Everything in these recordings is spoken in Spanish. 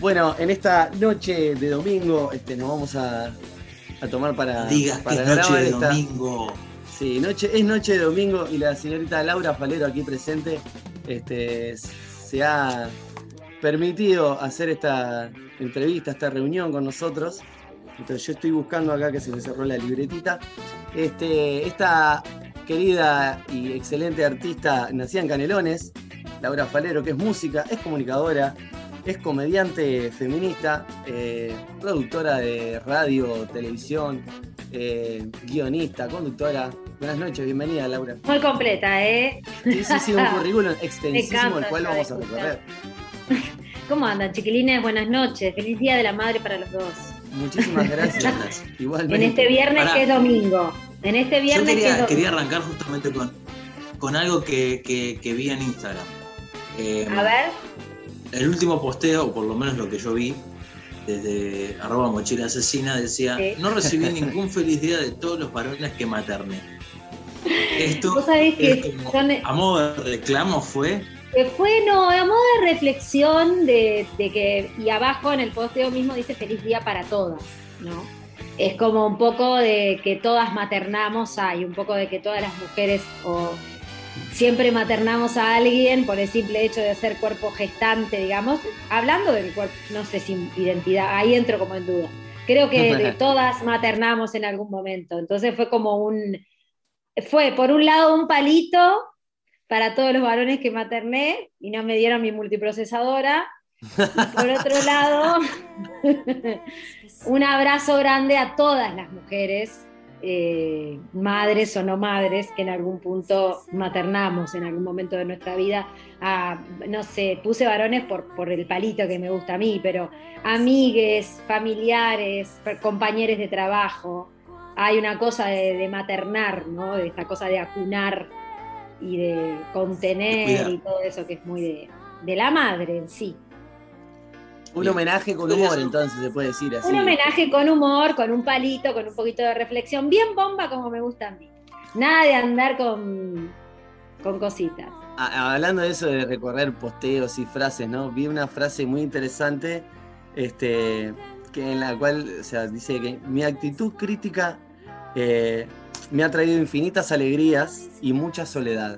Bueno, en esta noche de domingo nos vamos a tomar para Digas que es noche de domingo. Sí, es noche de domingo y la señorita Laura Falero aquí presente se ha permitido hacer esta entrevista, esta reunión con nosotros. Entonces yo estoy buscando acá que se me cerró la libretita. Esta querida y excelente artista nacida en Canelones, Laura Falero, que es música, es comunicadora, es comediante feminista, productora de radio, televisión, guionista, conductora. Buenas noches, bienvenida, Laura. Muy completa, ¿eh? Sí, un currículum extensísimo el cual vamos a recorrer. ¿Cómo andan, chiquilines? Buenas noches. Feliz Día de la Madre para los dos. Muchísimas gracias. Igualmente. En este viernes que es domingo. Yo quería arrancar justamente con algo que vi en Instagram. A ver. El último posteo, o por lo menos lo que yo vi, desde @mochilaasesina, decía: sí. No recibí ningún feliz día de todos los varones que materné. Esto ¿Vos sabés que a modo de reclamo fue... a modo de reflexión de que, y abajo en el posteo mismo dice feliz día para todas, ¿no? Es como un poco de que todas maternamos un poco de que todas las mujeres siempre maternamos a alguien por el simple hecho de ser cuerpo gestante, digamos. Hablando del cuerpo, no sé si identidad, ahí entro como en duda. Creo que de todas maternamos en algún momento. Entonces fue por un lado un palito para todos los varones que materné y no me dieron mi multiprocesadora. Y por otro lado, un abrazo grande a todas las mujeres, madres o no madres, que en algún punto maternamos en algún momento de nuestra vida. No sé, puse varones por el palito que me gusta a mí, pero amigues, familiares, compañeros de trabajo. Hay una cosa de maternar, ¿no? De esta cosa de acunar y de contener y todo eso que es muy de la madre en sí. Un homenaje con humor, entonces se puede decir así. Un homenaje con humor, con un palito, con un poquito de reflexión, bien bomba como me gusta a mí. Nada de andar con cositas. Hablando de eso de recorrer posteos y frases, ¿no? Vi una frase muy interesante, que en la cual, o sea, dice que mi actitud crítica me ha traído infinitas alegrías y mucha soledad.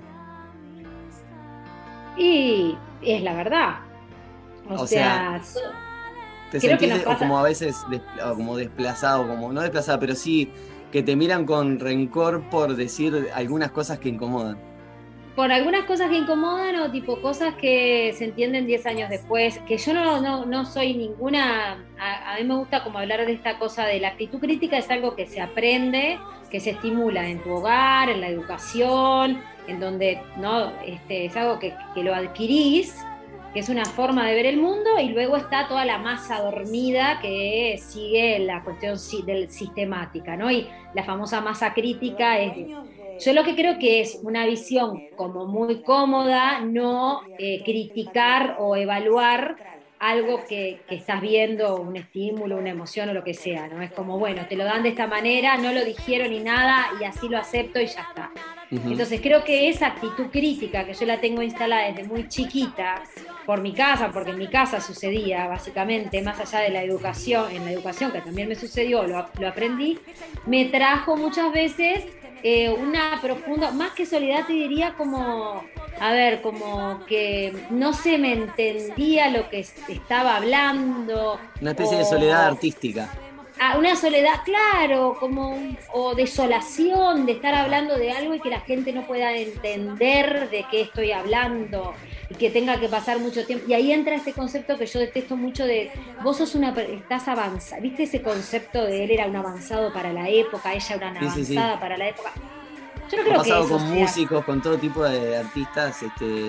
Y es la verdad. O sea, te sentís como a veces como desplazado, como no desplazado, pero sí que te miran con rencor por decir algunas cosas que incomodan. Por algunas cosas que incomodan o tipo cosas que se entienden 10 años después, que yo no soy ninguna, a mí me gusta como hablar de esta cosa de la actitud crítica, es algo que se aprende, que se estimula en tu hogar, en la educación, en donde no es algo que lo adquirís, que es una forma de ver el mundo, y luego está toda la masa dormida que sigue la cuestión sistemática, ¿no? Y la famosa masa crítica yo lo que creo que es una visión como muy cómoda, no criticar o evaluar algo que estás viendo, un estímulo, una emoción o lo que sea, ¿no? Es como, bueno, te lo dan de esta manera, no lo dijeron ni nada y así lo acepto y ya está. Uh-huh. Entonces creo que esa actitud crítica que yo la tengo instalada desde muy chiquita por mi casa, porque en mi casa sucedía básicamente, más allá de la educación, en la educación que también me sucedió, lo aprendí, me trajo muchas veces una profunda, más que soledad te diría como que no se me entendía lo que estaba hablando. Una especie de soledad artística. Una soledad, claro, o desolación de estar hablando de algo y que la gente no pueda entender de qué estoy hablando y que tenga que pasar mucho tiempo. Y ahí entra este concepto que yo detesto mucho de vos estás avanzada. ¿Viste ese concepto de él era un avanzado para la época, ella era una avanzada para la época? Yo no creo que eso con músicos, con todo tipo de artistas, y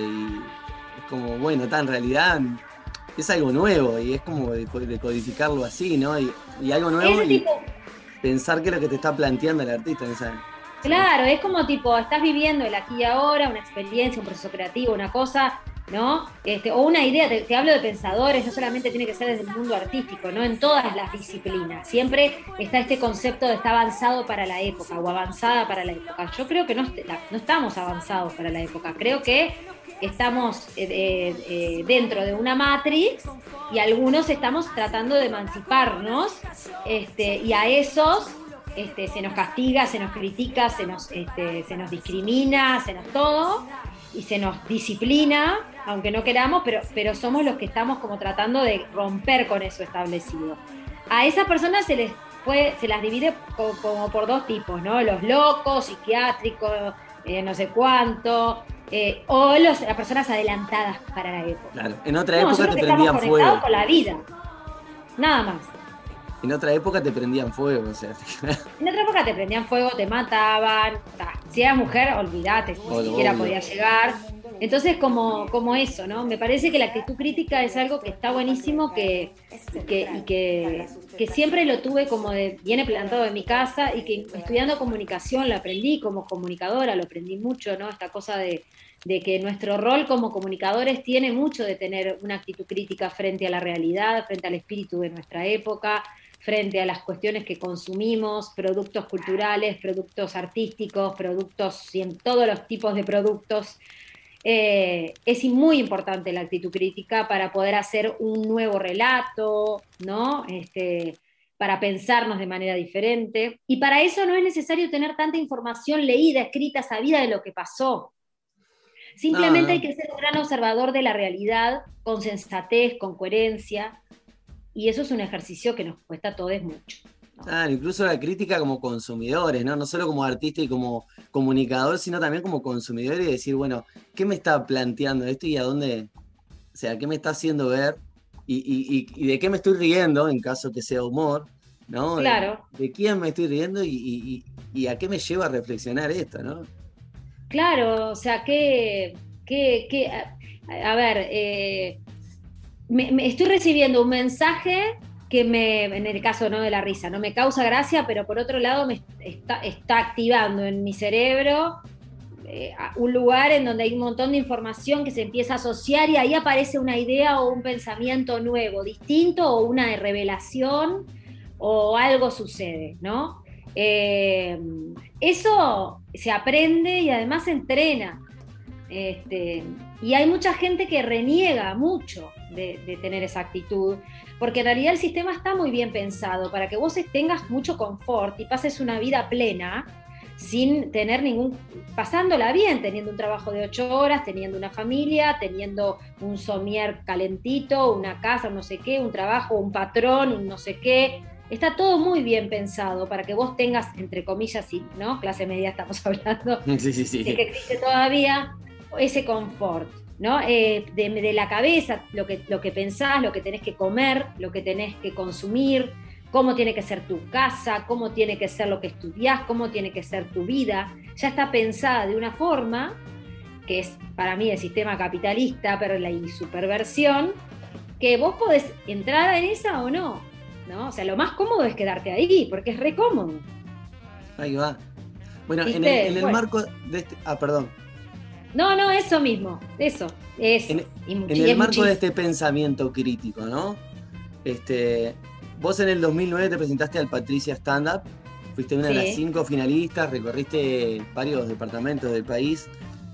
es como, bueno, en realidad es algo nuevo y es como de codificarlo así, ¿no? Y algo nuevo y pensar qué es lo que te está planteando el artista en esa. Claro, es como estás viviendo el aquí y ahora, una experiencia, un proceso creativo, una cosa ¿no? O una idea, te hablo de pensadores, no solamente tiene que ser desde el mundo artístico, ¿no? En todas las disciplinas. Siempre está este concepto de estar avanzado para la época o avanzada para la época. Yo creo que no estamos avanzados para la época, creo que estamos dentro de una matrix y algunos estamos tratando de emanciparnos, y a esos se nos castiga, se nos critica, se nos discrimina, se nos todo, y se nos disciplina, aunque no queramos, pero somos los que estamos como tratando de romper con eso establecido. A esas personas se las divide como por dos tipos, ¿no? Los locos, psiquiátricos, no sé cuánto, o las personas adelantadas para la época. Claro, en otra época te prendían fuego. Con la vida, nada más. En otra época te prendían fuego, o sea. En otra época te prendían fuego, te mataban. Si eras mujer, olvídate, ni siquiera podías llegar. Entonces, como eso, ¿no? Me parece que la actitud crítica es algo que está buenísimo, que siempre lo tuve viene plantado en mi casa, y que estudiando comunicación lo aprendí como comunicadora, lo aprendí mucho, ¿no? Esta cosa de que nuestro rol como comunicadores tiene mucho de tener una actitud crítica frente a la realidad, frente al espíritu de nuestra época, frente a las cuestiones que consumimos, productos culturales, productos artísticos, productos y en todos los tipos de productos. Es muy importante la actitud crítica para poder hacer un nuevo relato, ¿no? Para pensarnos de manera diferente. Y para eso no es necesario tener tanta información leída, escrita, sabida de lo que pasó. Simplemente hay que ser un gran observador de la realidad, con sensatez, con coherencia, y eso es un ejercicio que nos cuesta a todos mucho, ¿no? Incluso la crítica como consumidores, ¿no? No solo como artista y como comunicador, sino también como consumidor, y decir, bueno, ¿qué me está planteando esto y a dónde? O sea, ¿qué me está haciendo ver? Y de qué me estoy riendo, en caso que sea humor, ¿no? Claro. De quién me estoy riendo y a qué me lleva a reflexionar esto, ¿no? Claro, o sea, a ver, me estoy recibiendo un mensaje que en el caso no de la risa, no me causa gracia, pero por otro lado me está activando en mi cerebro un lugar en donde hay un montón de información que se empieza a asociar, y ahí aparece una idea o un pensamiento nuevo, distinto, o una revelación, o algo sucede, ¿no? Eso se aprende y además se entrena. Y hay mucha gente que reniega mucho de tener esa actitud, porque en realidad el sistema está muy bien pensado para que vos tengas mucho confort y pases una vida plena sin tener pasándola bien, teniendo un trabajo de 8 horas, teniendo una familia, teniendo un somier calentito, una casa, un no sé qué, un trabajo, un patrón, un no sé qué. Está todo muy bien pensado para que vos tengas, entre comillas, ¿no? Clase media estamos hablando, sí. de que existe todavía ese confort, ¿no? De la cabeza, lo que pensás, lo que tenés que comer, lo que tenés que consumir, cómo tiene que ser tu casa, cómo tiene que ser lo que estudiás, cómo tiene que ser tu vida. Ya está pensada de una forma que es para mí el sistema capitalista, pero la superversión, que vos podés entrar en esa o no, ¿no? O sea, lo más cómodo es quedarte ahí, porque es re cómodo. Ahí va. Bueno, en el marco de este... perdón. No, eso mismo, eso. En el marco de este pensamiento crítico, ¿no? Vos en el 2009 te presentaste al Patricia Stand Up, fuiste una de las 5 finalistas, recorriste varios departamentos del país.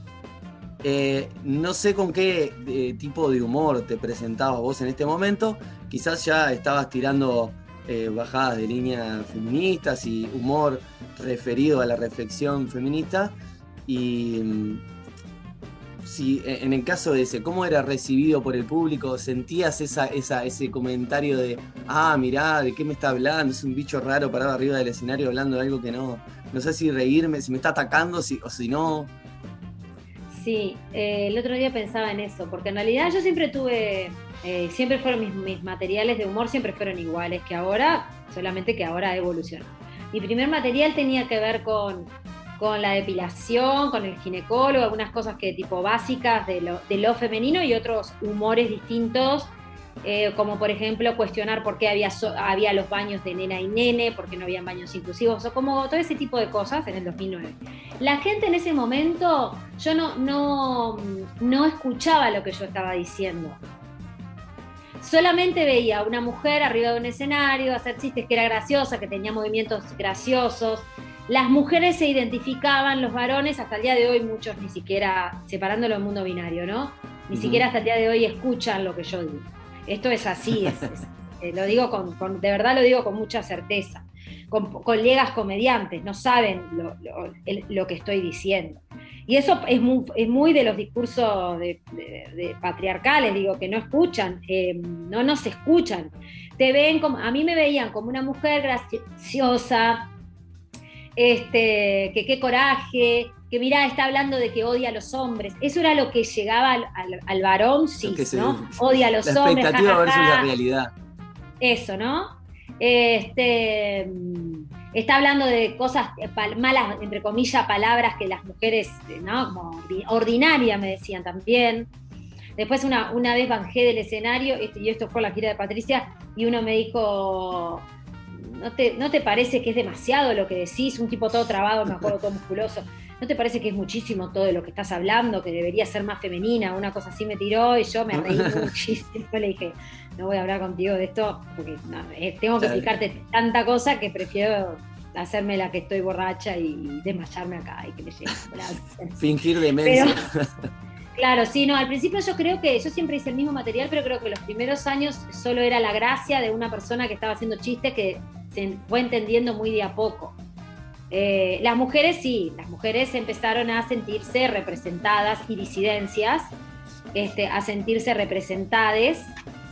No sé con qué tipo de humor te presentabas vos en este momento, quizás ya estabas tirando bajadas de línea feministas y humor referido a la reflexión feminista, y si en el caso de ese, ¿cómo era recibido por el público? ¿Sentías ese comentario de, mirá, ¿de qué me está hablando? Es un bicho raro parado arriba del escenario hablando de algo que no sé si reírme, si me está atacando o si no? Sí, el otro día pensaba en eso, porque en realidad yo siempre siempre fueron mis materiales de humor, siempre fueron iguales que ahora, solamente que ahora evolucionó. Mi primer material tenía que ver con la depilación, con el ginecólogo, algunas cosas que tipo básicas de lo femenino, y otros humores distintos como por ejemplo cuestionar por qué había los baños de nena y nene, por qué no habían baños inclusivos, o como todo ese tipo de cosas en el 2009. La gente en ese momento, yo no escuchaba lo que yo estaba diciendo. Solamente veía a una mujer arriba de un escenario hacer chistes que era graciosa, que tenía movimientos graciosos. Las mujeres se identificaban, los varones, hasta el día de hoy muchos ni siquiera, separándolo del mundo binario, ¿no? Ni siquiera hasta el día de hoy escuchan lo que yo digo. Esto es así, lo digo de verdad lo digo con mucha certeza. Con colegas comediantes, no saben lo que estoy diciendo. Y eso es muy de los discursos de patriarcales, digo, que no escuchan, no nos escuchan. A mí me veían como una mujer graciosa, que qué coraje, que mirá, está hablando de que odia a los hombres. Eso era lo que llegaba al varón cis, ¿no? Odia a los hombres. La expectativa versus la realidad. Eso, ¿no? Está hablando de cosas malas, entre comillas, palabras que las mujeres, ¿no? Como ordinaria, me decían también. Después una vez bajé del escenario, y esto fue la gira de Patricia, y uno me dijo, ¿no te parece que es demasiado lo que decís? Un tipo todo trabado, me acuerdo, todo musculoso. ¿No te parece que es muchísimo todo de lo que estás hablando, que debería ser más femenina? Una cosa así me tiró y yo me reí muchísimo. Le dije, no voy a hablar contigo de esto porque tengo que explicarte tanta cosa que prefiero hacerme la que estoy borracha y desmayarme acá y que me llegue. Fingir demencia. Claro, sí, no, al principio yo creo que, yo siempre hice el mismo material, pero creo que los primeros años solo era la gracia de una persona que estaba haciendo chistes que se fue entendiendo muy de a poco. Las mujeres sí, las mujeres empezaron a sentirse representadas y disidencias, a sentirse representadas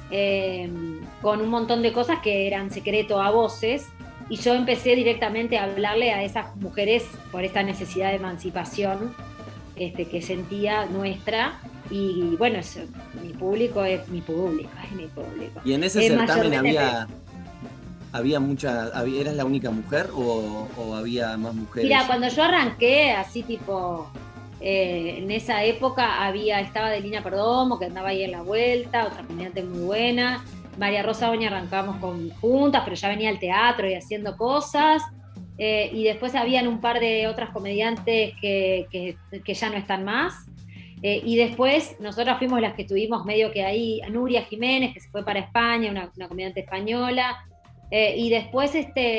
con un montón de cosas que eran secreto a voces, y yo empecé directamente a hablarle a esas mujeres por esta necesidad de emancipación que sentía nuestra, y bueno, mi público es mi público. Y en ese certamen había mucha, ¿eras la única mujer o había más mujeres? Mira, cuando yo arranqué, así tipo, en esa época estaba Delina Perdomo, que andaba ahí en la vuelta, otra comediante muy buena, María Rosa Oña arrancamos juntas, pero ya venía al teatro y haciendo cosas, y después habían un par de otras comediantes que ya no están más, y después nosotras fuimos las que estuvimos medio que ahí, Nuria Jiménez, que se fue para España, una comediante española, y después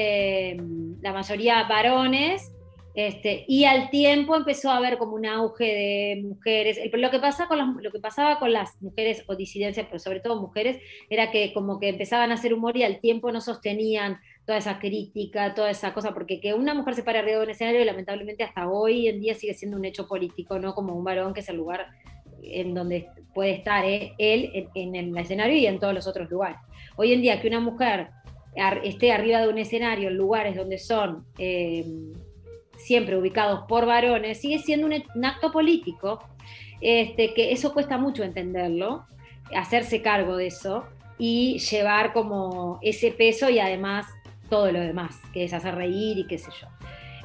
la mayoría varones, y al tiempo empezó a haber como un auge de mujeres. Lo que pasaba con las mujeres o disidencias, pero sobre todo mujeres, era que como que empezaban a hacer humor y al tiempo no sostenían toda esa crítica, toda esa cosa, porque que una mujer se pare arriba de un escenario, lamentablemente hasta hoy en día sigue siendo un hecho político, no como un varón, que es el lugar en donde puede estar él en el escenario y en todos los otros lugares. Hoy en día que una mujer esté arriba de un escenario en lugares donde son siempre ubicados por varones, sigue siendo un acto político, que eso cuesta mucho entenderlo, hacerse cargo de eso y llevar como ese peso y además todo lo demás, que es hacer reír y qué sé yo.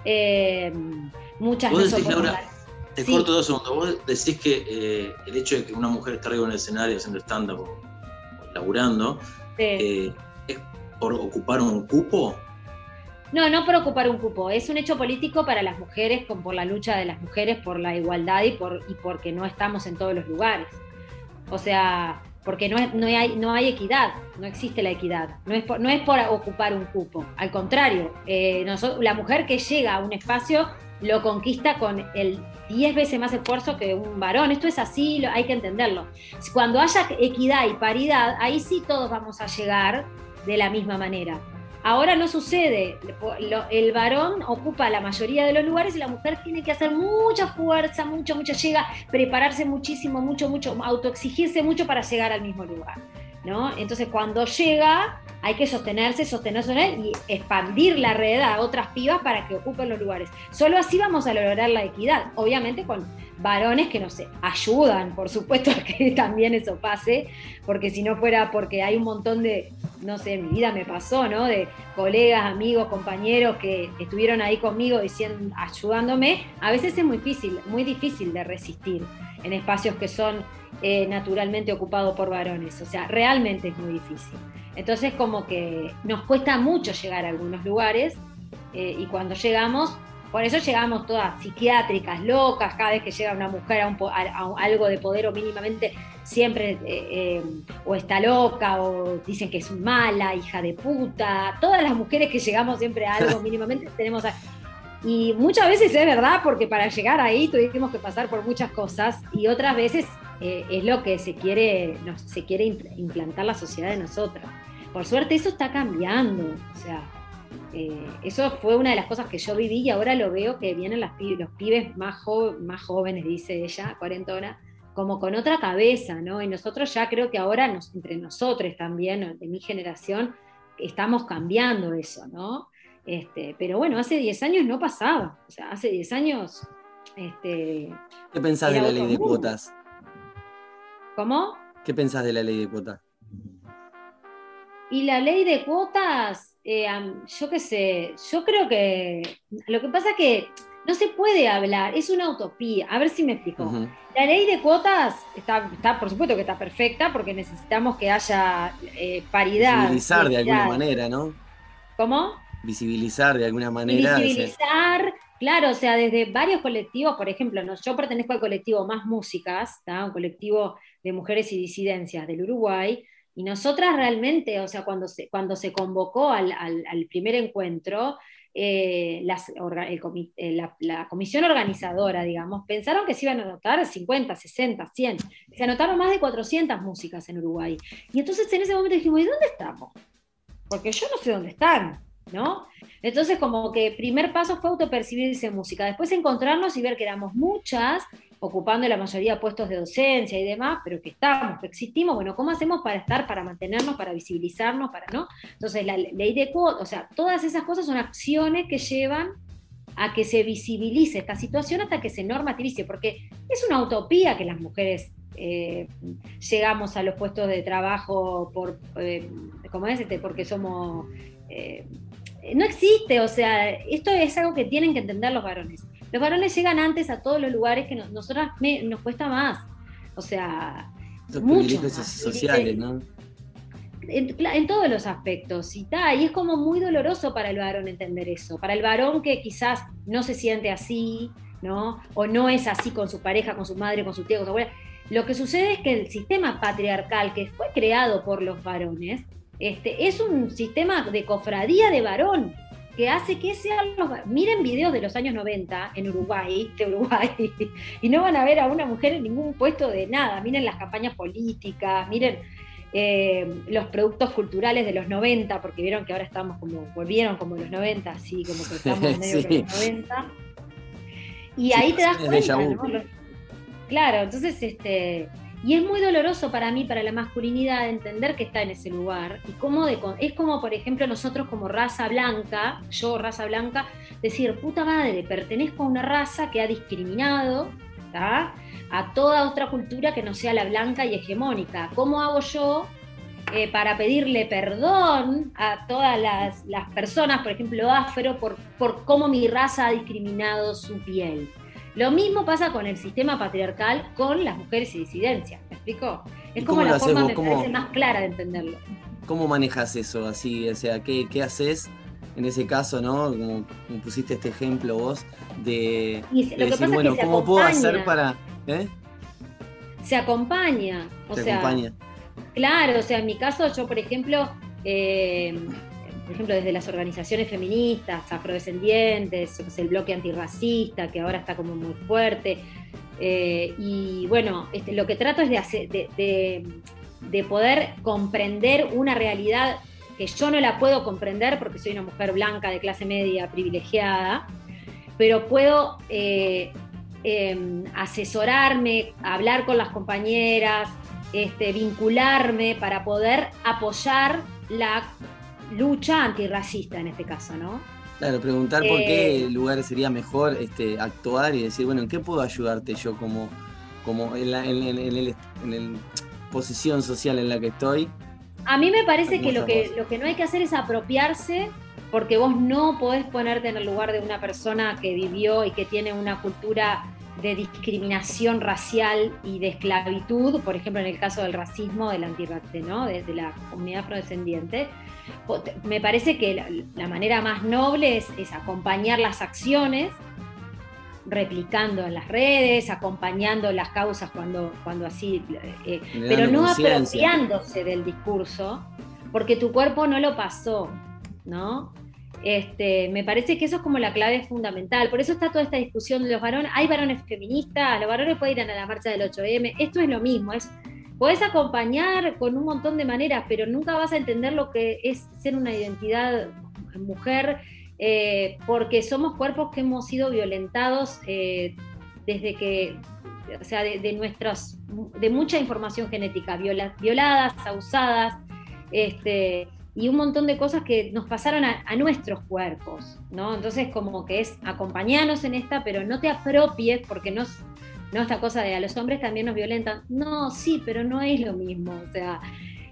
Muchas ¿Vos decís, Laura, te corto 2 segundos, vos decís que el hecho de que una mujer esté arriba en el escenario haciendo stand-up o laburando, es por ocupar un cupo? No por ocupar un cupo, es un hecho político para las mujeres, por la lucha de las mujeres por la igualdad y porque no estamos en todos los lugares. O sea, porque no hay equidad, no existe la equidad, no es por ocupar un cupo, al contrario, la mujer que llega a un espacio lo conquista con el 10 veces más esfuerzo que un varón. Esto es así, hay que entenderlo. Cuando haya equidad y paridad, ahí sí todos vamos a llegar de la misma manera. Ahora no sucede, el varón ocupa la mayoría de los lugares y la mujer tiene que hacer mucha fuerza, llega a prepararse muchísimo, mucho, autoexigirse mucho para llegar al mismo lugar, ¿no? Entonces cuando llega hay que sostenerse y expandir la red a otras pibas para que ocupen los lugares. Solo así vamos a lograr la equidad, obviamente con varones que nos ayudan, por supuesto, a que también eso pase, porque si no fuera porque hay un montón de no sé, en mi vida me pasó, ¿no? De colegas, amigos, compañeros que estuvieron ahí conmigo diciendo, ayudándome, a veces es muy difícil de resistir en espacios que son naturalmente ocupados por varones, o sea, realmente es muy difícil. Entonces como que nos cuesta mucho llegar a algunos lugares y cuando llegamos, por eso llegamos todas psiquiátricas, locas, cada vez que llega una mujer a algo de poder o mínimamente siempre o está loca o dicen que es mala, hija de puta. Todas las mujeres que llegamos siempre a algo mínimamente tenemos... Y muchas veces es verdad, porque para llegar ahí tuvimos que pasar por muchas cosas y otras veces es lo que se quiere implantar la sociedad de nosotros. Por suerte eso está cambiando, o sea... eso fue una de las cosas que yo viví y ahora lo veo que vienen los pibes más jóvenes, dice ella, cuarentona, como con otra cabeza, ¿no? Y nosotros ya creo que ahora, entre nosotros también, de mi generación, estamos cambiando eso, ¿no? Pero bueno, hace 10 años no pasaba, o sea, hace 10 años... ¿Qué pensás de la ley de cuotas? ¿Cómo? ¿Qué pensás de la ley de cuotas? Y la ley de cuotas, yo qué sé, yo creo que lo que pasa es que no se puede hablar, es una utopía. A ver si me explico. Uh-huh. La ley de cuotas está, por supuesto que está perfecta, porque necesitamos que haya paridad. Visibilizar de alguna manera, ¿no? ¿Cómo? Visibilizar de alguna manera. Visibilizar, claro, o sea, desde varios colectivos, por ejemplo, yo pertenezco al colectivo Más Músicas, ¿tá? Un colectivo de mujeres y disidencias del Uruguay. Y nosotras realmente, o sea, cuando se convocó al primer encuentro, la comisión organizadora, digamos, pensaron que se iban a anotar 50, 60, 100. Se anotaron más de 400 músicas en Uruguay. Y entonces en ese momento dijimos, ¿y dónde estamos? Porque yo no sé dónde están, ¿no? Entonces como que el primer paso fue autopercibirse música, después encontrarnos y ver que éramos muchas, ocupando la mayoría de puestos de docencia y demás, pero que estamos, que existimos, bueno, ¿cómo hacemos para mantenernos, para visibilizarnos, ¿no? Entonces la ley de cuotas, o sea, todas esas cosas son acciones que llevan a que se visibilice esta situación hasta que se normativice, porque es una utopía que las mujeres llegamos a los puestos de trabajo porque somos... no existe, o sea, esto es algo que tienen que entender los varones. Los varones llegan antes a todos los lugares que nosotras nos cuesta más. O sea, los privilegios sociales, ¿no? En todos los aspectos. Y es como muy doloroso para el varón entender eso. Para el varón que quizás no se siente así, ¿no? O no es así con su pareja, con su madre, con su tía, con su abuela. Lo que sucede es que el sistema patriarcal que fue creado por los varones es un sistema de cofradía de varón, que hace que sean miren videos de los años 90 de Uruguay, y no van a ver a una mujer en ningún puesto de nada. Miren las campañas políticas, miren los productos culturales de los 90, porque vieron que ahora volvieron como los 90, así como que estamos medio sí. Que los 90. Y ahí te das cuenta, ¿no? Claro, entonces y es muy doloroso para mí, para la masculinidad, entender que está en ese lugar. Y es como, por ejemplo, nosotros como raza blanca, yo raza blanca, decir, puta madre, pertenezco a una raza que ha discriminado, ¿tá?, a toda otra cultura que no sea la blanca y hegemónica. ¿Cómo hago yo para pedirle perdón a todas las personas, por ejemplo, afro, por cómo mi raza ha discriminado su piel? Lo mismo pasa con el sistema patriarcal con las mujeres y disidencias, ¿me explico? Es como la forma, me parece, más clara de entenderlo. ¿Cómo manejas eso así? O sea, ¿qué haces en ese caso, no? Como pusiste este ejemplo vos, de decir, bueno, ¿cómo puedo hacer para...? Se acompaña. Claro, o sea, en mi caso, yo, por ejemplo, desde las organizaciones feministas, afrodescendientes, el bloque antirracista, que ahora está como muy fuerte, y bueno, lo que trato es de poder comprender una realidad que yo no la puedo comprender porque soy una mujer blanca de clase media privilegiada, pero puedo asesorarme, hablar con las compañeras, vincularme para poder apoyar la lucha antirracista en este caso, ¿no? Claro, preguntar por qué lugar sería mejor actuar y decir, bueno, ¿en qué puedo ayudarte yo como en la posición social en la que estoy? A mí me parece que lo que no hay que hacer es apropiarse, porque vos no podés ponerte en el lugar de una persona que vivió y que tiene una cultura de discriminación racial y de esclavitud, por ejemplo en el caso del racismo, del antirracismo, ¿no? de la comunidad afrodescendiente. Me parece que la manera más noble es acompañar las acciones, replicando en las redes, acompañando las causas cuando así, pero no apropiándose del discurso, porque tu cuerpo no lo pasó, ¿no? Me parece que eso es como la clave fundamental. Por eso está toda esta discusión de los varones. Hay varones feministas, los varones pueden ir a la marcha del 8M. Esto es lo mismo, podés acompañar con un montón de maneras, pero nunca vas a entender lo que es ser una identidad mujer, porque somos cuerpos que hemos sido violentados desde que, o sea, de mucha información genética, violadas, abusadas, y un montón de cosas que nos pasaron a nuestros cuerpos, ¿no? Entonces como que es acompañarnos en esta, pero no te apropies, porque no esta cosa de a los hombres también nos violentan. No, sí, pero no es lo mismo, o sea,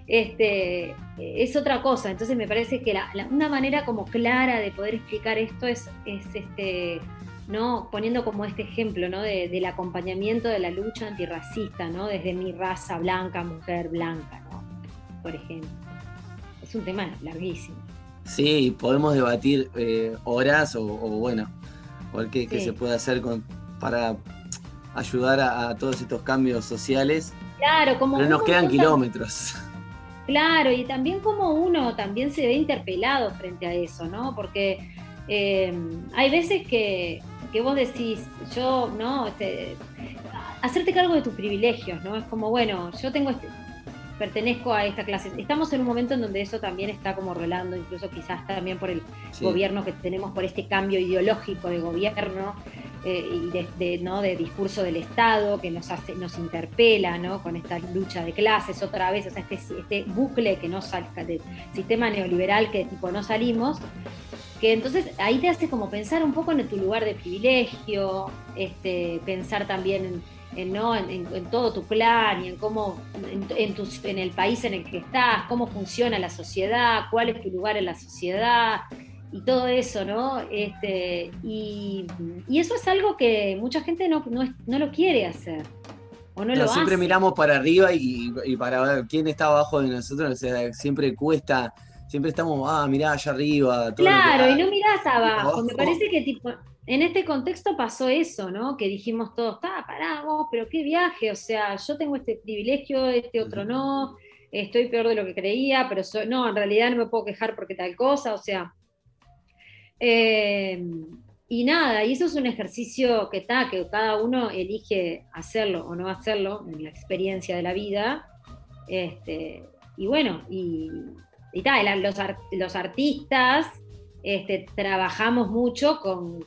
es otra cosa. Entonces me parece que una manera como clara de poder explicar esto es ¿no? Poniendo como este ejemplo, ¿no? del acompañamiento de la lucha antirracista, ¿no? Desde mi raza blanca, mujer blanca, ¿no? Por ejemplo. Es un tema larguísimo. Sí, podemos debatir horas o bueno, qué se puede hacer para ayudar a todos estos cambios sociales. Claro, pero nos quedan kilómetros. Claro, y también como uno también se ve interpelado frente a eso, ¿no? Porque hay veces que vos decís, yo, ¿no? Hacerte cargo de tus privilegios, ¿no? Es como, bueno, yo tengo pertenezco a esta clase. Estamos en un momento en donde eso también está como rolando, incluso quizás también por el gobierno que tenemos, por este cambio ideológico de gobierno y de discurso del Estado que nos interpela, ¿no? Con esta lucha de clases otra vez, o sea, este bucle que no salga del sistema neoliberal que tipo no salimos, que entonces ahí te hace como pensar un poco en tu lugar de privilegio, pensar también en todo tu clan y en cómo en el país en el que estás, cómo funciona la sociedad, cuál es tu lugar en la sociedad y todo eso, ¿no? Y eso es algo que mucha gente no lo quiere hacer o no lo hace. Siempre miramos para arriba y para ver quién está abajo de nosotros, o sea, siempre cuesta, siempre estamos, mirá allá arriba. Todo claro, y no mirás abajo. Me parece que tipo en este contexto pasó eso, ¿no? Que dijimos todos, pará vos, pero qué viaje, o sea, yo tengo este privilegio, este otro no, estoy peor de lo que creía, pero no, en realidad no me puedo quejar porque tal cosa, o sea. Y nada, y eso es un ejercicio que cada uno elige hacerlo o no hacerlo en la experiencia de la vida. Y bueno, los artistas trabajamos mucho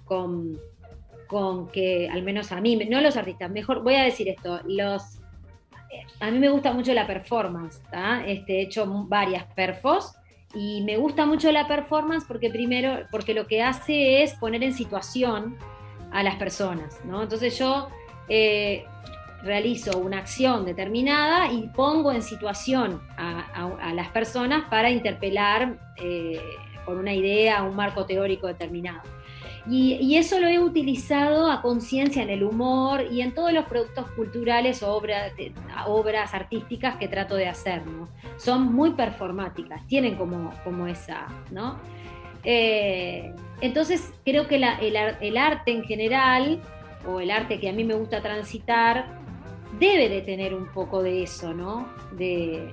con que, al menos a mí, no los artistas, mejor voy a decir esto, a mí me gusta mucho la performance, he hecho varias perfos y me gusta mucho la performance porque lo que hace es poner en situación a las personas, ¿no? Entonces yo realizo una acción determinada y pongo en situación a las personas para interpelar con una idea, un marco teórico determinado. Y eso lo he utilizado a conciencia en el humor y en todos los productos culturales o obras artísticas que trato de hacer, ¿no? Son muy performáticas, tienen como esa, ¿no? Entonces creo que el arte en general, o el arte que a mí me gusta transitar, debe de tener un poco de eso, ¿no? De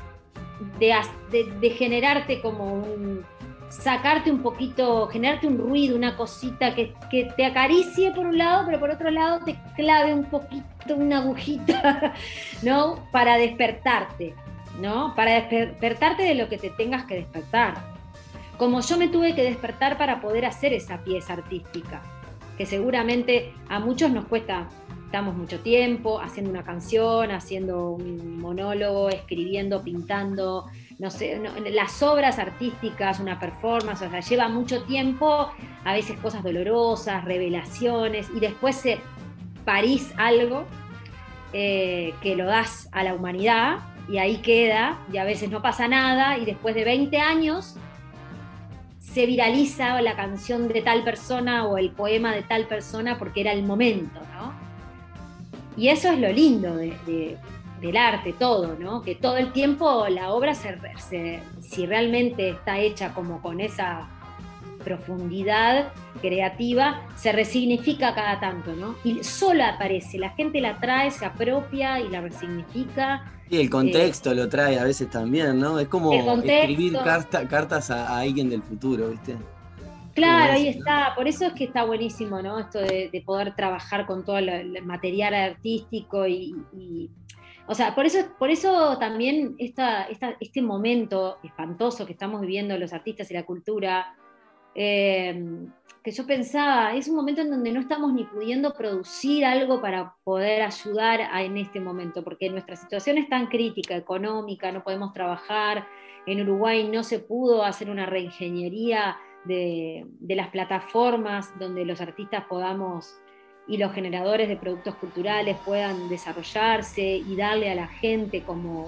generarte como sacarte un poquito, generarte un ruido, una cosita que te acaricie por un lado, pero por otro lado te clave un poquito, una agujita, ¿no? Para despertarte, ¿no? Para despertarte de lo que te tengas que despertar. Como yo me tuve que despertar para poder hacer esa pieza artística, que seguramente a muchos nos cuesta. Estamos mucho tiempo haciendo una canción, haciendo un monólogo, escribiendo, pintando, no sé, las obras artísticas, una performance, o sea, lleva mucho tiempo, a veces cosas dolorosas, revelaciones, y después parís algo que lo das a la humanidad, y ahí queda, y a veces no pasa nada, y después de 20 años se viraliza la canción de tal persona o el poema de tal persona porque era el momento, ¿no? Y eso es lo lindo del arte, todo, ¿no? Que todo el tiempo la obra, si realmente está hecha como con esa profundidad creativa, se resignifica cada tanto, ¿no? Y solo aparece, la gente la trae, se apropia y la resignifica. Y el contexto lo trae a veces también, ¿no? Es como escribir cartas a alguien del futuro, ¿viste? Claro, ahí está. Por eso es que está buenísimo, ¿no? Esto de poder trabajar con todo el material artístico o sea, por eso también este momento espantoso que estamos viviendo los artistas y la cultura, que yo pensaba, es un momento en donde no estamos ni pudiendo producir algo para poder ayudar en este momento, porque nuestra situación es tan crítica, económica, no podemos trabajar. En Uruguay no se pudo hacer una reingeniería de las plataformas donde los artistas podamos y los generadores de productos culturales puedan desarrollarse y darle a la gente como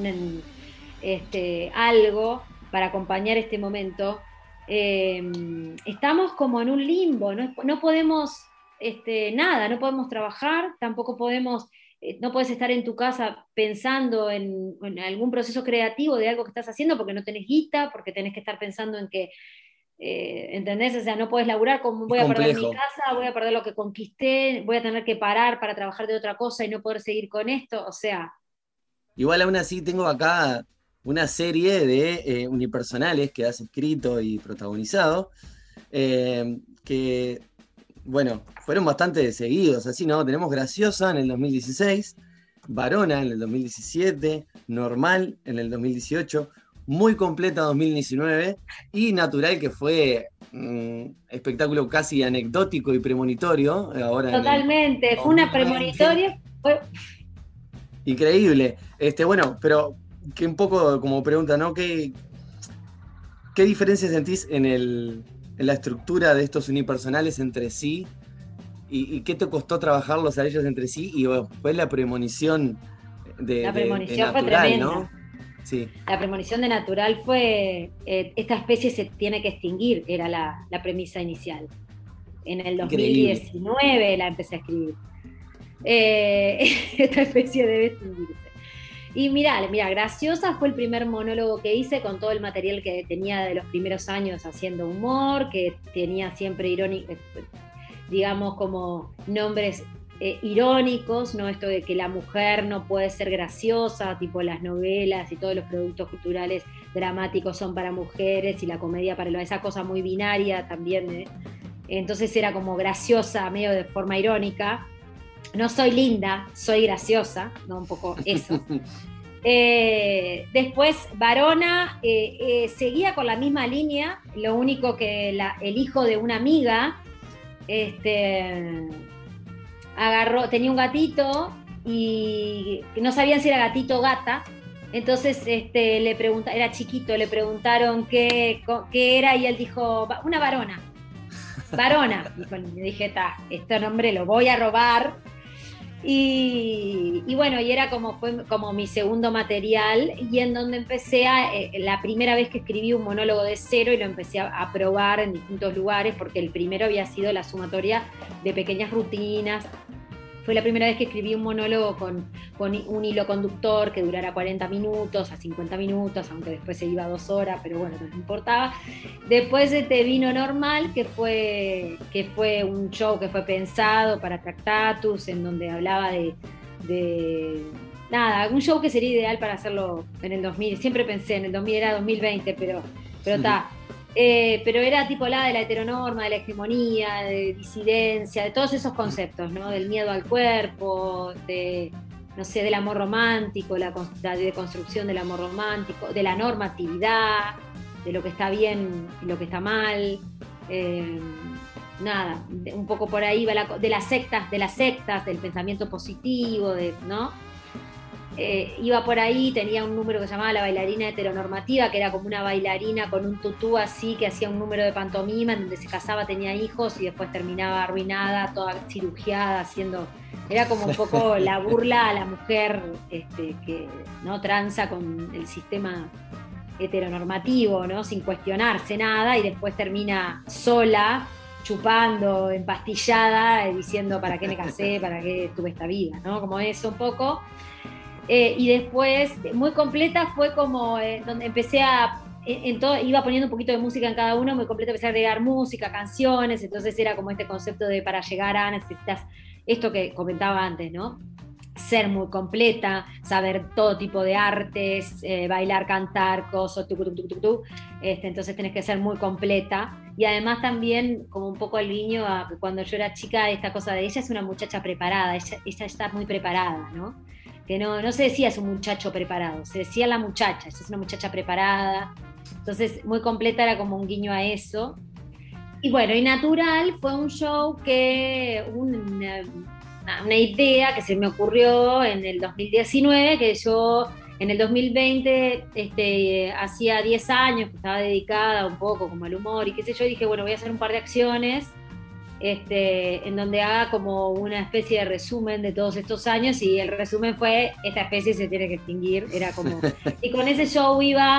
algo para acompañar este momento. Estamos como en un limbo, no podemos nada, no podemos trabajar, tampoco podemos, no puedes estar en tu casa pensando en algún proceso creativo de algo que estás haciendo porque no tenés guita, porque tenés que estar pensando en que ¿entendés? O sea, no puedes laburar como voy a perder mi casa, voy a perder lo que conquisté, voy a tener que parar para trabajar de otra cosa y no poder seguir con esto, o sea. Igual aún así tengo acá una serie de unipersonales que has escrito y protagonizado, que, bueno, fueron bastante seguidos, así, ¿no? Tenemos Graciosa en el 2016, Varona en el 2017, Normal en el 2018, Muy Completa 2019 y Natural, que fue espectáculo casi anecdótico y premonitorio. Ahora totalmente, fue una premonitoria. Increíble. Bueno, pero que un poco como pregunta, ¿no? ¿Qué diferencia sentís en la estructura de estos unipersonales entre sí? ¿Y qué te costó trabajarlos a ellos entre sí? Y fue la premonición de Natural, fue tremenda, ¿no? Sí. La premonición de Natural fue, esta especie se tiene que extinguir, era la premisa inicial. En el 2019 Increíble. La empecé a escribir. Esta especie debe extinguirse. Y mirá, Graciosa fue el primer monólogo que hice con todo el material que tenía de los primeros años haciendo humor, que tenía siempre irónico, digamos, como nombres irónicos, ¿no? Esto de que la mujer no puede ser graciosa, tipo las novelas y todos los productos culturales dramáticos son para mujeres y la comedia para esa cosa muy binaria también, Entonces era como graciosa, medio de forma irónica. No soy linda, soy graciosa, ¿no? Un poco eso. Después Varona seguía con la misma línea, lo único que el hijo de una amiga tenía un gatito y no sabían si era gatito o gata, entonces le preguntaron, era chiquito, le preguntaron qué era y él dijo, una varona. Y dije, este nombre lo voy a robar. Y bueno, y fue como mi segundo material, y en donde empecé la primera vez que escribí un monólogo de cero y lo empecé a probar en distintos lugares, porque el primero había sido la sumatoria de pequeñas rutinas. Fue la primera vez que escribí un monólogo con un hilo conductor que durara 40 minutos a 50 minutos, aunque después se iba a 2 horas, pero bueno, no importaba. Después vino Normal, que fue un show que fue pensado para Tractatus, en donde hablaba nada, un show que sería ideal para hacerlo en el 2000. Siempre pensé en el 2000, era 2020, pero está. Pero era tipo de la heteronorma, de la hegemonía, de disidencia, de todos esos conceptos, ¿no? Del miedo al cuerpo, del amor romántico, la deconstrucción del amor romántico, de la normatividad, de lo que está bien y lo que está mal. Nada, un poco por ahí va de las sectas, del pensamiento positivo, ¿no? iba por ahí, tenía un número que se llamaba La Bailarina Heteronormativa, que era como una bailarina con un tutú así, que hacía un número de pantomima, en donde se casaba, tenía hijos y después terminaba arruinada, toda cirugiada, haciendo... Era como un poco la burla a la mujer que no tranza con el sistema heteronormativo, ¿no? Sin cuestionarse nada, y después termina sola, chupando, empastillada, diciendo ¿para qué me casé? ¿Para qué tuve esta vida? ¿No? Como eso un poco. Y después, muy completa, fue como donde empecé a... iba poniendo un poquito de música en cada uno, muy completa, empecé a agregar música, canciones, entonces era como este concepto de para llegar a necesitas esto que comentaba antes, ¿no? Ser muy completa, saber todo tipo de artes, bailar, cantar, cosas, entonces tenés que ser muy completa. Y además también como un poco el guiño a que cuando yo era chica, esta cosa de ella es una muchacha preparada, ella está muy preparada, ¿no? Que no se decía es un muchacho preparado, se decía la muchacha, ella es una muchacha preparada. Entonces muy completa era como un guiño a eso. Y bueno, y Natural fue un show que una idea que se me ocurrió en el 2019, que yo en el 2020 hacía 10 años que estaba dedicada un poco como al humor y qué sé yo, y dije, bueno, voy a hacer un par de acciones en donde haga como una especie de resumen de todos estos años, y el resumen fue, esta especie se tiene que extinguir, era como... Y con ese show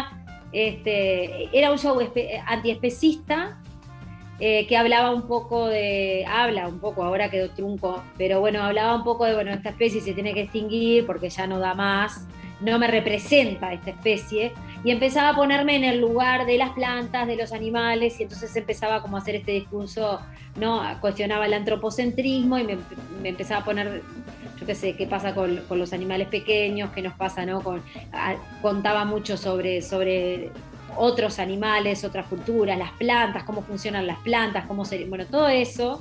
era un show antiespecista, que hablaba un poco habla un poco, ahora quedó trunco, pero bueno, hablaba un poco de, bueno, esta especie se tiene que extinguir porque ya no da más, no me representa esta especie, y empezaba a ponerme en el lugar de las plantas, de los animales, y entonces empezaba como a hacer este discurso, ¿no? Cuestionaba el antropocentrismo y me empezaba a poner, yo qué sé, qué pasa con los animales pequeños, qué nos pasa, ¿no? Contaba mucho sobre otros animales, otras culturas, las plantas, cómo funcionan las plantas, bueno, todo eso.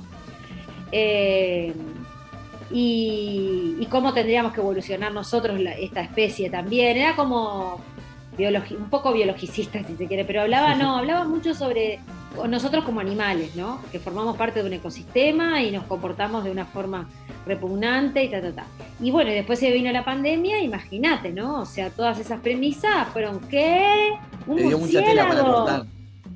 Y cómo tendríamos que evolucionar nosotros esta especie también. Era como un poco biologicista, si se quiere, pero hablaba mucho sobre nosotros como animales, ¿no? Que formamos parte de un ecosistema y nos comportamos de una forma repugnante y Y bueno, después se vino la pandemia, imagínate, ¿no? O sea, todas esas premisas fueron, ¿qué? ¿Un dio mucha tela para cortar.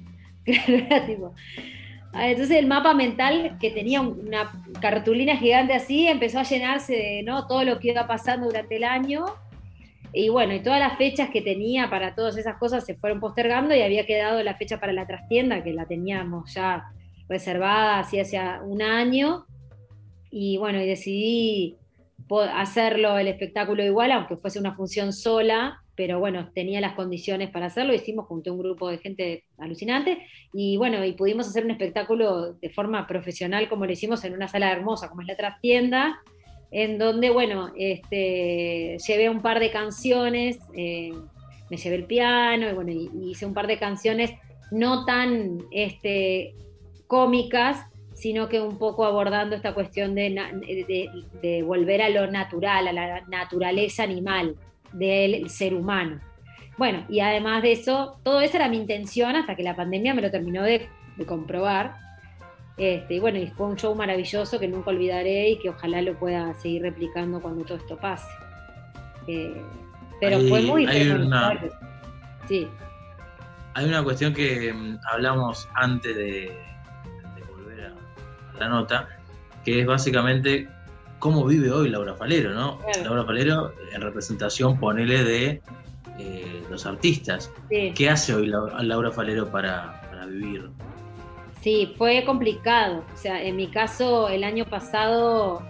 Entonces el mapa mental, que tenía una cartulina gigante así, empezó a llenarse de, ¿no? Todo lo que iba pasando durante el año. Y bueno, y todas las fechas que tenía para todas esas cosas se fueron postergando, y había quedado la fecha para la trastienda, que la teníamos ya reservada hacía un año. Y bueno, y decidí hacerlo, el espectáculo igual, aunque fuese una función sola, pero bueno, tenía las condiciones para hacerlo. Hicimos junto a un grupo de gente alucinante, y bueno, y pudimos hacer un espectáculo de forma profesional, como lo hicimos en una sala hermosa como es la Trastienda, en donde, bueno, llevé un par de canciones, me llevé el piano, y bueno, y hice un par de canciones no tan cómicas, sino que un poco abordando esta cuestión de volver a lo natural, a la naturaleza animal del ser humano. Bueno, y además de eso, todo eso era mi intención hasta que la pandemia me lo terminó de comprobar. Y bueno, y fue un show maravilloso que nunca olvidaré y que ojalá lo pueda seguir replicando cuando todo esto pase. Pero fue muy premonitorio. Sí. Hay una cuestión que hablamos antes de volver a la nota, que es básicamente cómo vive hoy Laura Falero, ¿no? Claro. Laura Falero en representación, ponele, de los artistas. Sí. ¿Qué hace hoy Laura Falero para vivir? Sí, fue complicado. O sea, en mi caso, el año pasado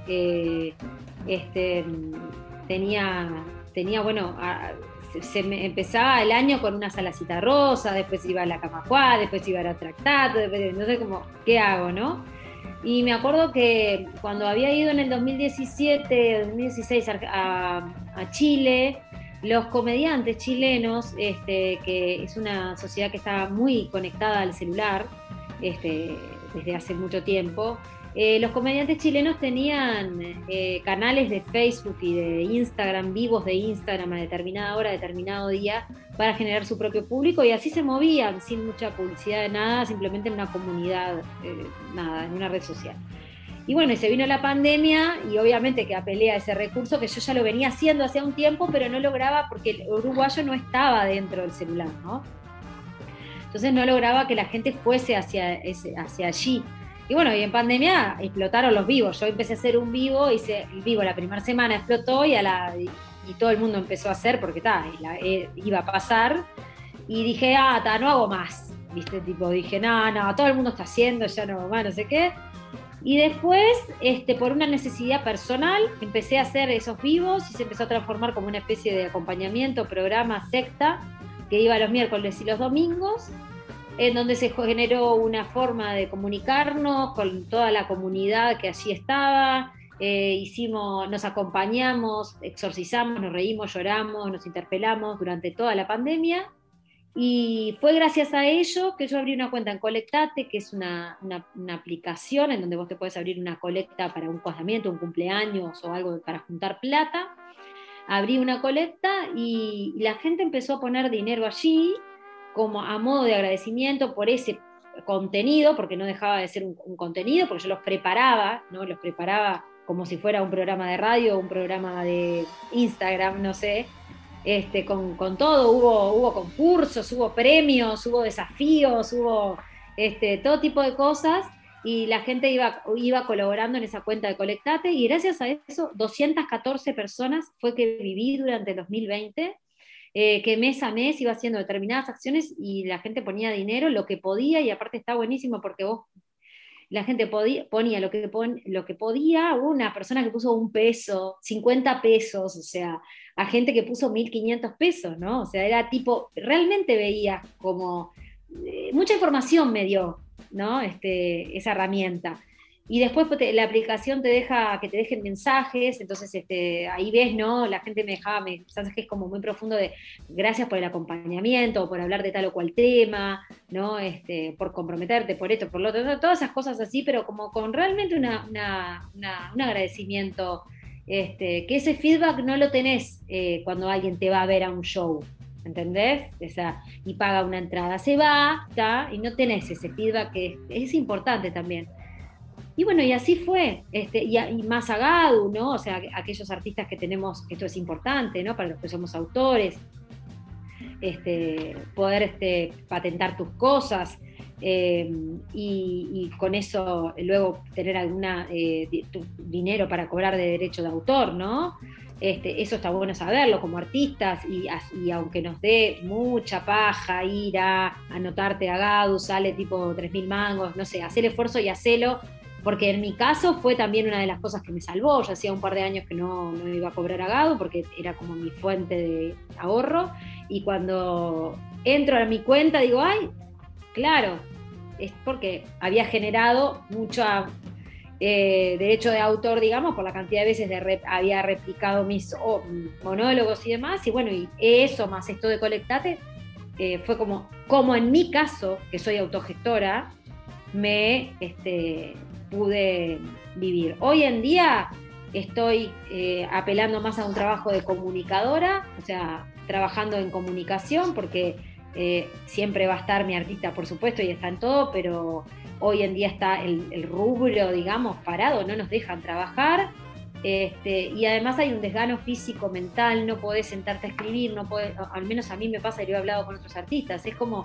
tenía bueno, se me empezaba el año con una salacita rosa, después iba a la Camajuá, después iba a la Tractato, después, no sé cómo, ¿qué hago, no? Y me acuerdo que cuando había ido en el 2017, 2016 a Chile, los comediantes chilenos, que es una sociedad que está muy conectada al celular, desde hace mucho tiempo, los comediantes chilenos tenían canales de Facebook y de Instagram, vivos de Instagram a determinada hora, a determinado día, para generar su propio público, y así se movían sin mucha publicidad de nada, simplemente en una comunidad, en una red social. Y bueno, y se vino la pandemia y obviamente que apelé a ese recurso que yo ya lo venía haciendo hace un tiempo, pero no lograba porque el uruguayo no estaba dentro del celular, ¿no? Entonces no lograba que la gente fuese hacia allí. Y bueno, y en pandemia explotaron los vivos. Yo empecé a hacer un vivo, hice el vivo la primera semana, explotó y todo el mundo empezó a hacer porque iba a pasar. Y dije, no hago más. ¿Viste? Tipo, dije, no, todo el mundo está haciendo, ya no hago más, no sé qué. Y después, por una necesidad personal, empecé a hacer esos vivos y se empezó a transformar como una especie de acompañamiento, programa, secta, que iba los miércoles y los domingos, en donde se generó una forma de comunicarnos con toda la comunidad que allí estaba. Nos acompañamos, exorcizamos, nos reímos, lloramos, nos interpelamos durante toda la pandemia. Y fue gracias a ello que yo abrí una cuenta en Colectate, que es una aplicación en donde vos te puedes abrir una colecta para un casamiento, un cumpleaños o algo para juntar plata. Abrí una colecta y la gente empezó a poner dinero allí como a modo de agradecimiento por ese contenido, porque no dejaba de ser un contenido, porque yo los preparaba, ¿no? Los preparaba como si fuera un programa de radio o un programa de Instagram, no sé. Con todo, hubo concursos, hubo premios, hubo desafíos, hubo todo tipo de cosas, y la gente iba colaborando en esa cuenta de Colectate, y gracias a eso 214 personas fue que viví durante el 2020, que mes a mes iba haciendo determinadas acciones y la gente ponía dinero, lo que podía, y aparte está buenísimo porque la gente ponía lo que podía. Hubo una persona que puso 1 peso, 50 pesos, o sea, a gente que puso 1.500 pesos, ¿no? O sea, era tipo, realmente veía como, mucha información me dio, ¿no? Esa herramienta. Y después la aplicación te deja que te dejen mensajes, entonces ahí ves, ¿no? La gente me dejaba mensajes como muy profundos de gracias por el acompañamiento, por hablar de tal o cual tema, ¿no? Por comprometerte, por esto, por lo otro, todas esas cosas así, pero como con realmente un agradecimiento, que ese feedback no lo tenés cuando alguien te va a ver a un show, ¿entendés? O sea, y paga una entrada, se va, ¿tá? Y no tenés ese feedback que es importante también. Y bueno, y así fue, y más a Gadu, ¿no? O sea, aquellos artistas que tenemos, esto es importante, ¿no? Para los que somos autores, poder patentar tus cosas, y con eso luego tener tu dinero para cobrar de derecho de autor, ¿no? Eso está bueno saberlo como artistas, y aunque nos dé mucha paja ir a anotarte a Gadu, sale tipo 3.000 mangos, no sé, hacer el esfuerzo y hacelo, porque en mi caso fue también una de las cosas que me salvó. Yo hacía un par de años que no iba a cobrar a Gadu porque era como mi fuente de ahorro, y cuando entro a mi cuenta digo, ay, claro, es porque había generado mucho derecho de autor, digamos, por la cantidad de veces había replicado mis monólogos y demás, y bueno, y eso más esto de Colectate, fue como en mi caso, que soy autogestora, me pude vivir. Hoy en día estoy apelando más a un trabajo de comunicadora, o sea, trabajando en comunicación, porque siempre va a estar mi artista, por supuesto, y está en todo, pero hoy en día está el rubro, digamos, parado, no nos dejan trabajar, y además hay un desgano físico, mental, no podés sentarte a escribir, no podés, al menos a mí me pasa, y lo he hablado con otros artistas, es como,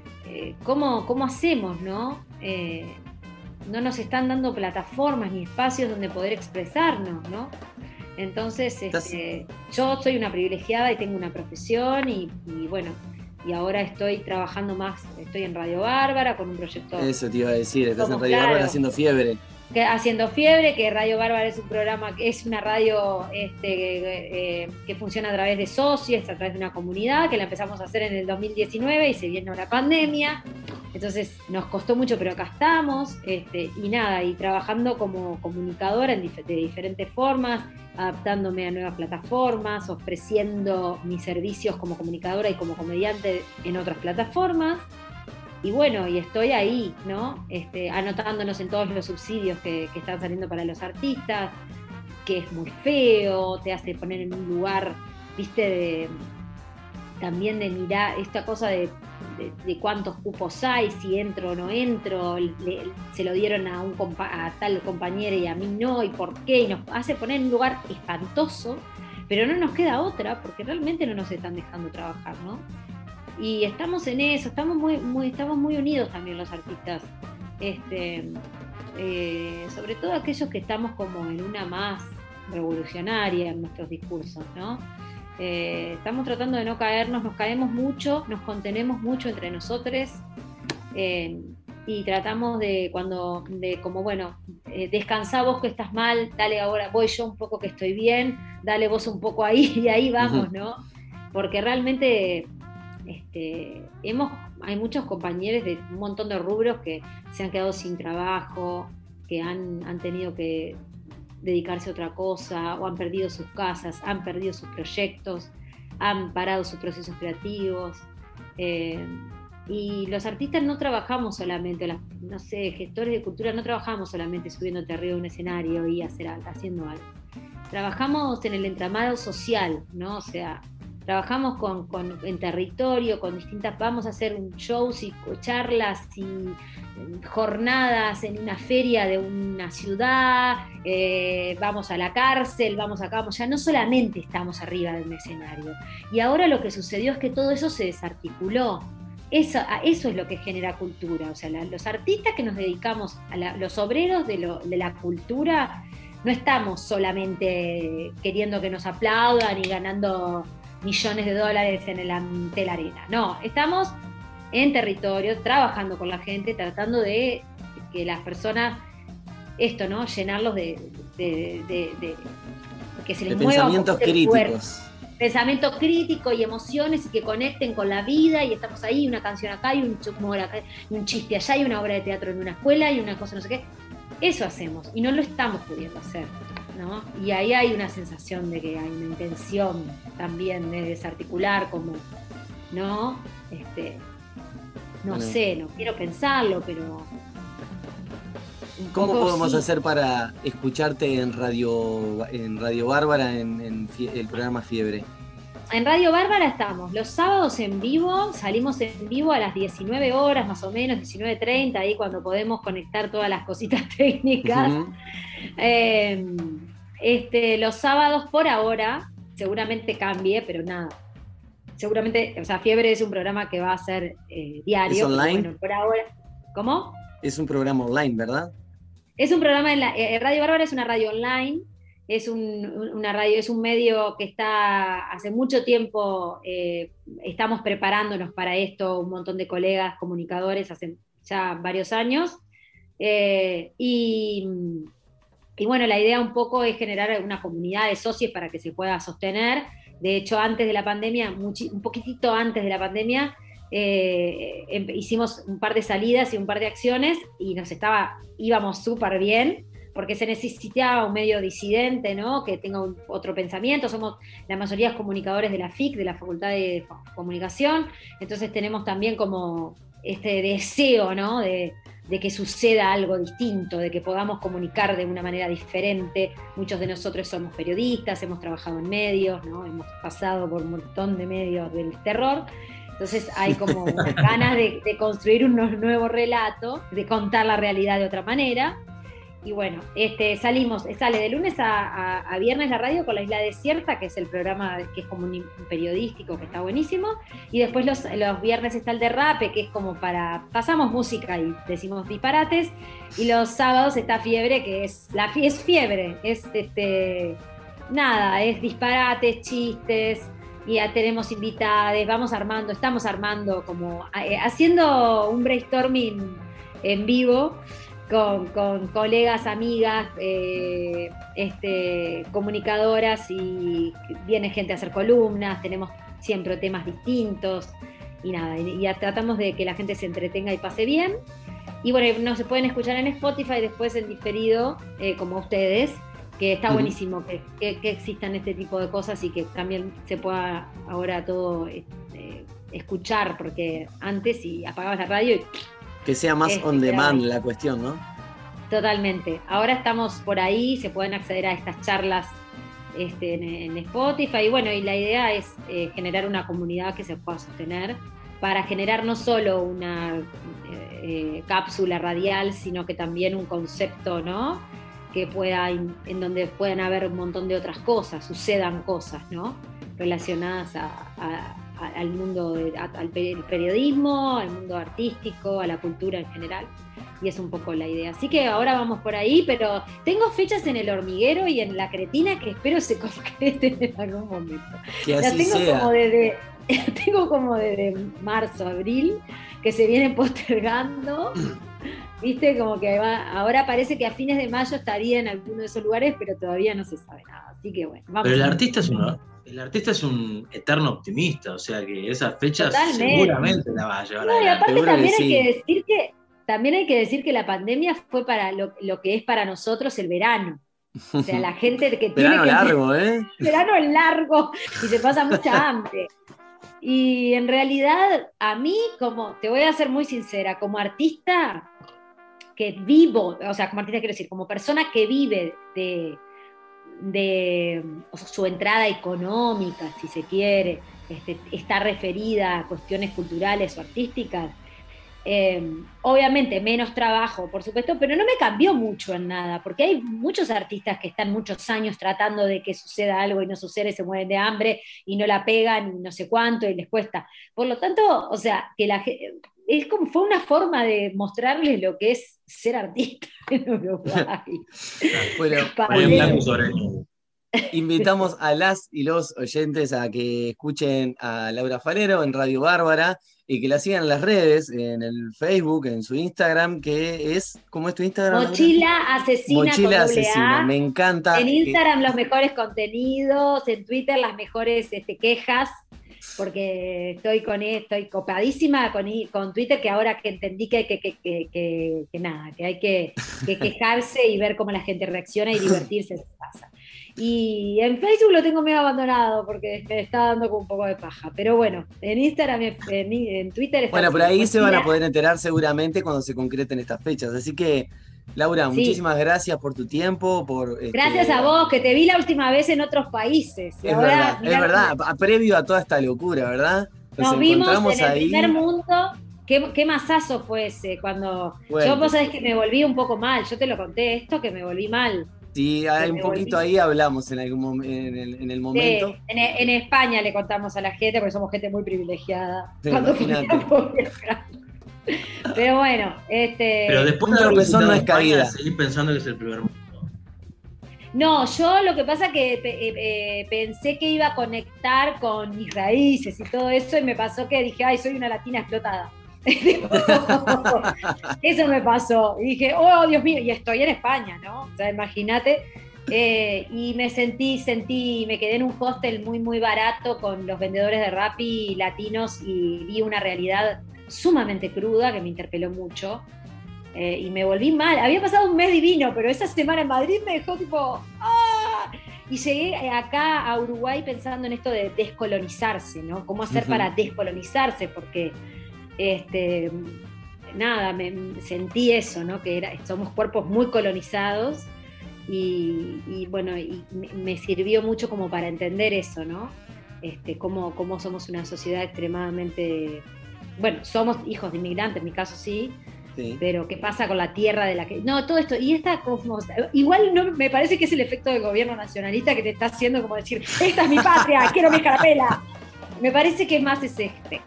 ¿cómo hacemos, no? No nos están dando plataformas ni espacios donde poder expresarnos, ¿no? Entonces, yo soy una privilegiada y tengo una profesión, y bueno, y ahora estoy trabajando más, estoy en Radio Bárbara con un proyecto. Eso te iba a decir, estás en Radio Bárbara haciendo Fiebre. Haciendo Fiebre, que Radio Bárbara es un programa, es una radio que funciona a través de socios, a través de una comunidad, que la empezamos a hacer en el 2019 y se vino la pandemia, entonces nos costó mucho, pero acá estamos, y nada, y trabajando como comunicadora de diferentes formas, adaptándome a nuevas plataformas, ofreciendo mis servicios como comunicadora y como comediante en otras plataformas. Y bueno, y estoy ahí, ¿no? Anotándonos en todos los subsidios que están saliendo para los artistas, que es muy feo, te hace poner en un lugar, viste, también de mirar esta cosa de de cuántos cupos hay, si entro o no entro, se lo dieron a tal compañera y a mí no, y por qué, y nos hace poner en un lugar espantoso, pero no nos queda otra, porque realmente no nos están dejando trabajar, ¿no? Y estamos en eso, estamos muy unidos también los artistas, sobre todo aquellos que estamos como en una más revolucionaria en nuestros discursos, ¿no? Estamos tratando de no caernos, nos caemos mucho, nos contenemos mucho entre nosotros, y tratamos descansá vos que estás mal, dale ahora, voy yo un poco que estoy bien, dale vos un poco ahí, y ahí vamos, ¿no? Porque realmente hay muchos compañeros de un montón de rubros que se han quedado sin trabajo, que han tenido que dedicarse a otra cosa, o han perdido sus casas, han perdido sus proyectos, han parado sus procesos creativos. Y los artistas no trabajamos solamente, gestores de cultura no trabajamos solamente subiéndote arriba de un escenario y haciendo algo. Trabajamos en el entramado social, ¿no? O sea, trabajamos en territorio, vamos a hacer shows y charlas y jornadas en una feria de una ciudad, vamos a la cárcel, ya no solamente estamos arriba de un escenario. Y ahora lo que sucedió es que todo eso se desarticuló. Eso es lo que genera cultura. O sea, los artistas que nos dedicamos, los obreros de la cultura, no estamos solamente queriendo que nos aplaudan y ganando millones de dólares ante la arena. No, estamos en territorio, trabajando con la gente, tratando de que las personas, ¿no? Llenarlos de que se les mueva pensamientos críticos. Pensamiento crítico y emociones, y que conecten con la vida, y estamos ahí, una canción acá, y un humor acá, y un chiste allá, y una obra de teatro en una escuela, y una cosa no sé qué. Eso hacemos, y no lo estamos pudiendo hacer, ¿no? Y ahí hay una sensación de que hay una intención también de desarticular, como, ¿no? No sé, no quiero pensarlo, pero... ¿Cómo podemos hacer para escucharte en Radio Bárbara, en el programa Fiebre? En Radio Bárbara estamos los sábados en vivo, salimos en vivo a las 19 horas más o menos, 19:30, ahí cuando podemos conectar todas las cositas técnicas. Uh-huh. Los sábados por ahora, seguramente cambie, pero nada. Seguramente, o sea, Fiebre es un programa que va a ser diario. ¿Es online? Bueno, por ahora, ¿cómo? Es un programa online, ¿verdad? Es un programa Radio Bárbara es una radio online, es una radio, es un medio que está hace mucho tiempo, estamos preparándonos para esto, un montón de colegas comunicadores hace ya varios años, y bueno, la idea un poco es generar una comunidad de socios para que se pueda sostener. De hecho, antes de la pandemia, un poquitito antes de la pandemia, hicimos un par de salidas y un par de acciones, y íbamos súper bien, porque se necesitaba un medio disidente, ¿no? Que tenga otro pensamiento. Somos la mayoría comunicadores de la FIC, de la Facultad de Comunicación, entonces tenemos también como este deseo, ¿no? de que suceda algo distinto, de que podamos comunicar de una manera diferente. Muchos de nosotros somos periodistas, hemos trabajado en medios, ¿no? Hemos pasado por un montón de medios del terror. Entonces hay como ganas de construir un nuevo relato, de contar la realidad de otra manera. Y bueno, sale de lunes a viernes la radio con La Isla Desierta, que es el programa que es como un periodístico que está buenísimo. Y después los viernes está el Derrape, que es como pasamos música y decimos disparates. Y los sábados está Fiebre, que es Fiebre, es es disparates, chistes. Y ya tenemos invitados, estamos armando, como haciendo un brainstorming en vivo con colegas, amigas, comunicadoras, y viene gente a hacer columnas, tenemos siempre temas distintos, y nada, y ya tratamos de que la gente se entretenga y pase bien. Y bueno, nos pueden escuchar en Spotify después en diferido, como ustedes, que está buenísimo que existan este tipo de cosas y que también se pueda ahora todo escuchar, porque antes apagabas la radio y... Que sea más on demand la cuestión, ¿no? Totalmente. Ahora estamos por ahí, se pueden acceder a estas charlas en Spotify, y bueno, y la idea es generar una comunidad que se pueda sostener para generar no solo una cápsula radial, sino que también un concepto, ¿no? Que pueda, en donde puedan haber un montón de otras cosas, sucedan cosas, ¿no? Relacionadas al mundo, al periodismo, al mundo artístico, a la cultura en general. Y es un poco la idea. Así que ahora vamos por ahí, pero tengo fechas en El Hormiguero y en La Cretina que espero se concreten en algún momento. Que así sea. Tengo como desde marzo, abril, que se vienen postergando. Viste, como que ahora parece que a fines de mayo estaría en alguno de esos lugares, pero todavía no se sabe nada. Así que bueno, vamos. Pero el artista es un eterno optimista, o sea que esas fechas Totalmente. Seguramente la va a llevar No, y aparte también hay que decir que la pandemia fue para lo que es para nosotros el verano. O sea, la gente que tiene verano largo, ¿eh? Verano es largo y se pasa mucha hambre. Y en realidad, a mí, como te voy a ser muy sincera, como artista que vivo, o sea, como artista quiero decir, como persona que vive de su entrada económica, si se quiere, está referida a cuestiones culturales o artísticas, obviamente menos trabajo, por supuesto, pero no me cambió mucho en nada, porque hay muchos artistas que están muchos años tratando de que suceda algo y no sucede, se mueren de hambre y no la pegan y no sé cuánto y les cuesta. Por lo tanto, o sea, que fue una forma de mostrarles lo que es ser artista en Uruguay. Bueno, invitamos a las y los oyentes a que escuchen a Laura Falero en Radio Bárbara y que la sigan en las redes, en el Facebook, en su Instagram, que es, ¿cómo es tu Instagram? Mochila Asesina. Mochila Asesina, me encanta. En Instagram los mejores contenidos, en Twitter las mejores quejas, porque estoy copadísima con Twitter, que ahora que entendí que hay que quejarse y ver cómo la gente reacciona y divertirse en su casa. Y en Facebook lo tengo medio abandonado porque me está dando como un poco de paja. Pero bueno, en Instagram, en Twitter está. Bueno, por ahí se van a poder enterar seguramente cuando se concreten estas fechas. Así que, Laura, muchísimas gracias por tu tiempo. Gracias a vos, que te vi la última vez en otros países. Es verdad, previo a toda esta locura, ¿verdad? Nos vimos en el primer mundo. ¿Qué masazo fue ese? Cuando vos sabés que me volví un poco mal. Yo te lo conté esto, que me volví mal. Sí, hay un poquito ahí hablamos en el momento. Sí, en España le contamos a la gente, porque somos gente muy privilegiada. Sí, imagínate. Pero bueno, Pero después de no es caída. Seguís pensando que es el primer mundo. No, yo lo que pasa que pensé que iba a conectar con mis raíces y todo eso, y me pasó que dije, ay, soy una latina explotada. Eso me pasó. Y dije, oh, Dios mío, y estoy en España, ¿no? O sea, imagínate. Y me me quedé en un hostel muy, muy barato con los vendedores de Rappi latinos y vi una realidad sumamente cruda que me interpeló mucho. Y me volví mal. Había pasado un mes divino, pero esa semana en Madrid me dejó tipo, ¡ah! Y llegué acá a Uruguay pensando en esto de descolonizarse, ¿no? ¿Cómo hacer para descolonizarse? Porque sentí eso, ¿no? Que somos cuerpos muy colonizados y bueno, y me sirvió mucho como para entender eso, ¿no? Cómo somos una sociedad extremadamente, bueno, somos hijos de inmigrantes, en mi caso sí, pero qué pasa con la tierra de la que, no, todo esto, y igual no me parece que es el efecto del gobierno nacionalista que te está haciendo como decir, esta es mi patria, quiero mi escarapela. Me parece que más es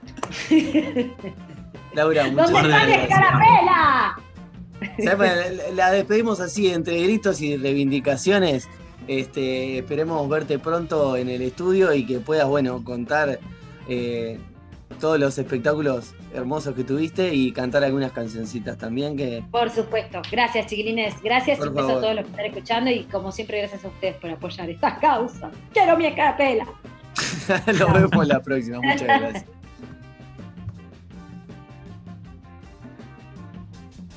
Laura, ¿dónde está mi escarapela? La despedimos así, entre gritos y reivindicaciones. Esperemos verte pronto en el estudio y que puedas, contar todos los espectáculos hermosos que tuviste y cantar algunas cancioncitas también. Por supuesto. Gracias, chiquilines. Gracias y un beso a todos los que están escuchando y como siempre gracias a ustedes por apoyar esta causa. ¡Quiero mi escarapela! Nos vemos la próxima. Muchas gracias.